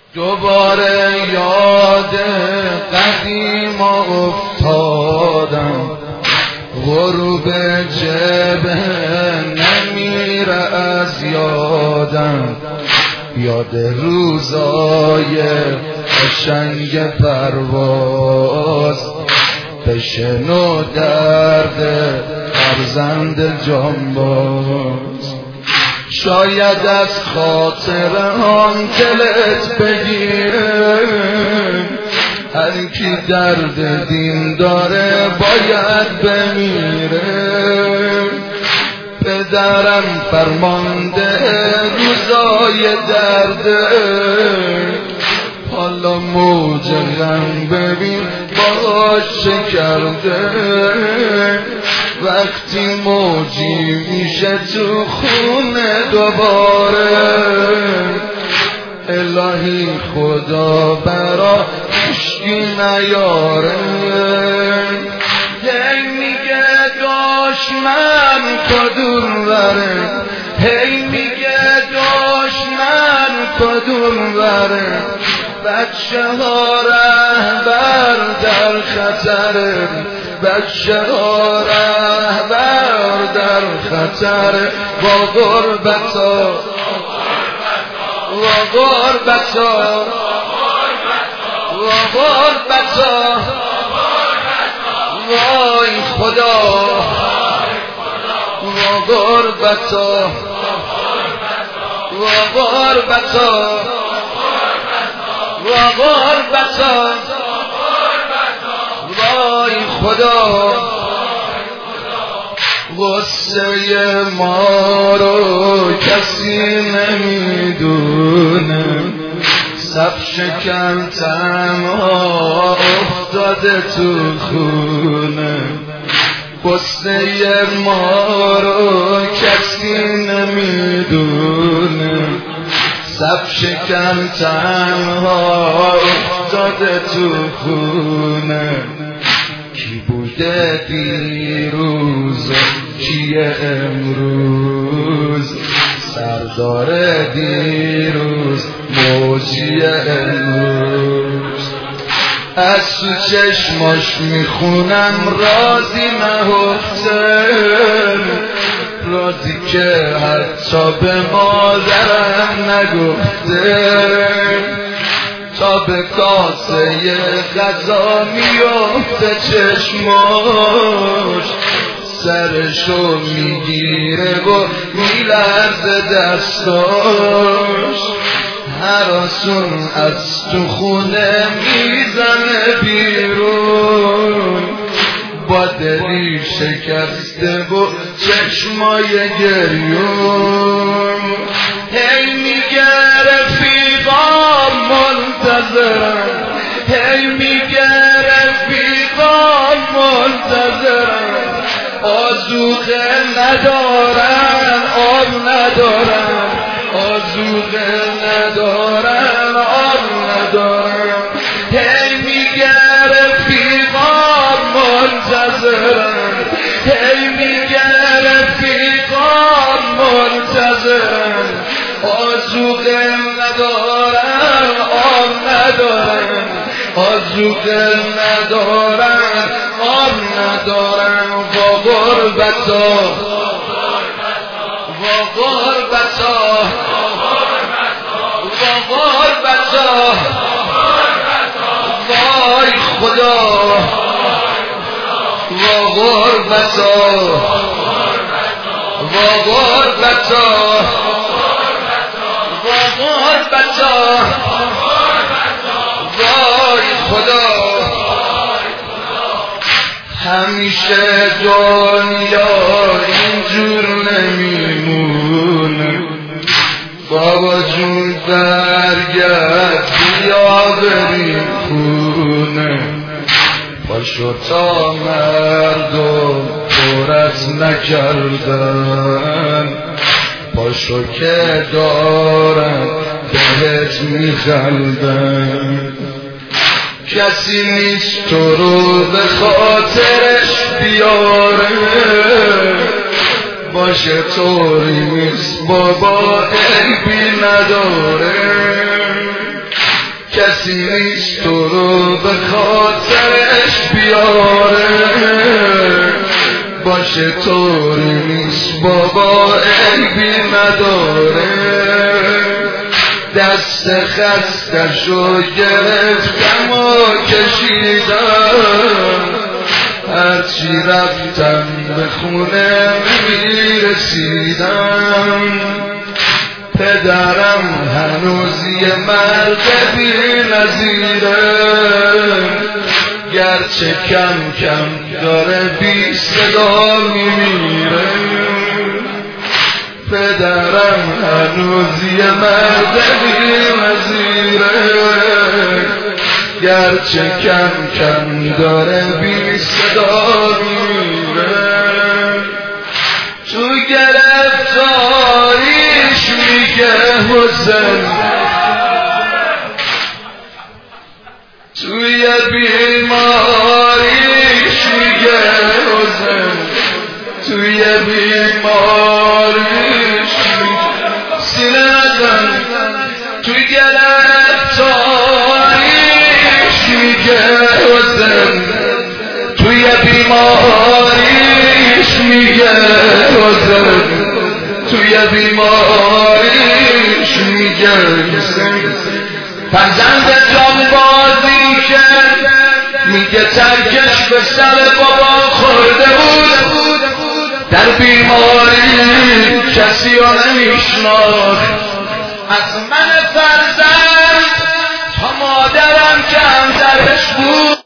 دوباره یاد قدیم افتادم، غروب جبه نمیره از یادم، یاد روزای قشنگ پرواز، بشنو درد فرزند جانباز. شاید از خاطر آن دلت بگیره، هر کی درد دین داره باید بمیره. پدرم فرمانده روزای درده، حالا موج غم ببین باش کرده. وقتی موجی میشه تو خونه دوباره، الهی خدا برا هیچکی نیاره. هی میگه دشمن کدوم بره، هی میگه دشمن کدوم بره. بچه ها رهبر در خطره، بچه ها رهبر در خطره. با غربتا و غربتا و غربتا، وای خدا و غربتا و غربتا و غربتا، وای خدا. غصه ما رو کسی نمیدونه، صف شکن تنها افتاده تو خونه. غصه ما رو کسی نمیدونه، صف شکن تنها افتاده تو خونه. کی بوده دیروز کیه امروز، سردار دیروز موجی امروز. از تو چشماش میخونم رازی نهفته، رازی که حتی به مادرم نگفته. تا به کاسه غذا میفته چشماش، سرشو میگیره و میلرزه دستاش. هراسون از تو خونه میزنه بیرون، با دلی شکسته و چشمای گریون. هی میگه رفیقام منتظرم، هی میگه رفیقام منتظرم. آذوقه ندارن آب ندارن، آذوقه ندارن آب ندارن. هی میگه رفیقام منتظرم، هی میگه رفیقام منتظرم. آذوقه ندارن آب ندارن، آذوقه ندارن آب ندارن. و غربتا و غربتا و غربتا، وای خدا و غربتا و غربتا و غربتا، وای خدا. همیشه دنیا اینجور نمیمونه، بابا جون برگرد بیا بریم خونه. پاشو تا مردم دورت نکردن، پاشو که دارن بهت میخندن. کسی نیست تو رو به خاطرش بیاره، باشه طوری نیست بابا عیبی نداره. کسی نیست تو رو به خاطرش بیاره، باشه طوری نیست بابا عیبی نداره. دست خستشو گرفتم و کشیدم، هرچی رفتم به خونه میرسیدم. پدرم هنوز یه مرد بی نظیره، گرچه کم کم داره بی صدا میمیره. پدرم هنوز یه مرد بی نظیره، گرچه کم کم داره بی صدا میمیره. تو گرفتاریش میگه حسین، توی بیماریش میگه حسین، توی بیماریش سینه نزن. توی گرفتاریش میگه حسین، توی بیماریش میگه حسین، توی بیماریش میگه حسین. فرزند جانبازی که میگه ترکش به سر بابا خورده بود، در بیماری کسی رو نمیشناخت. از من فرزند تا مادرم کم درش بود.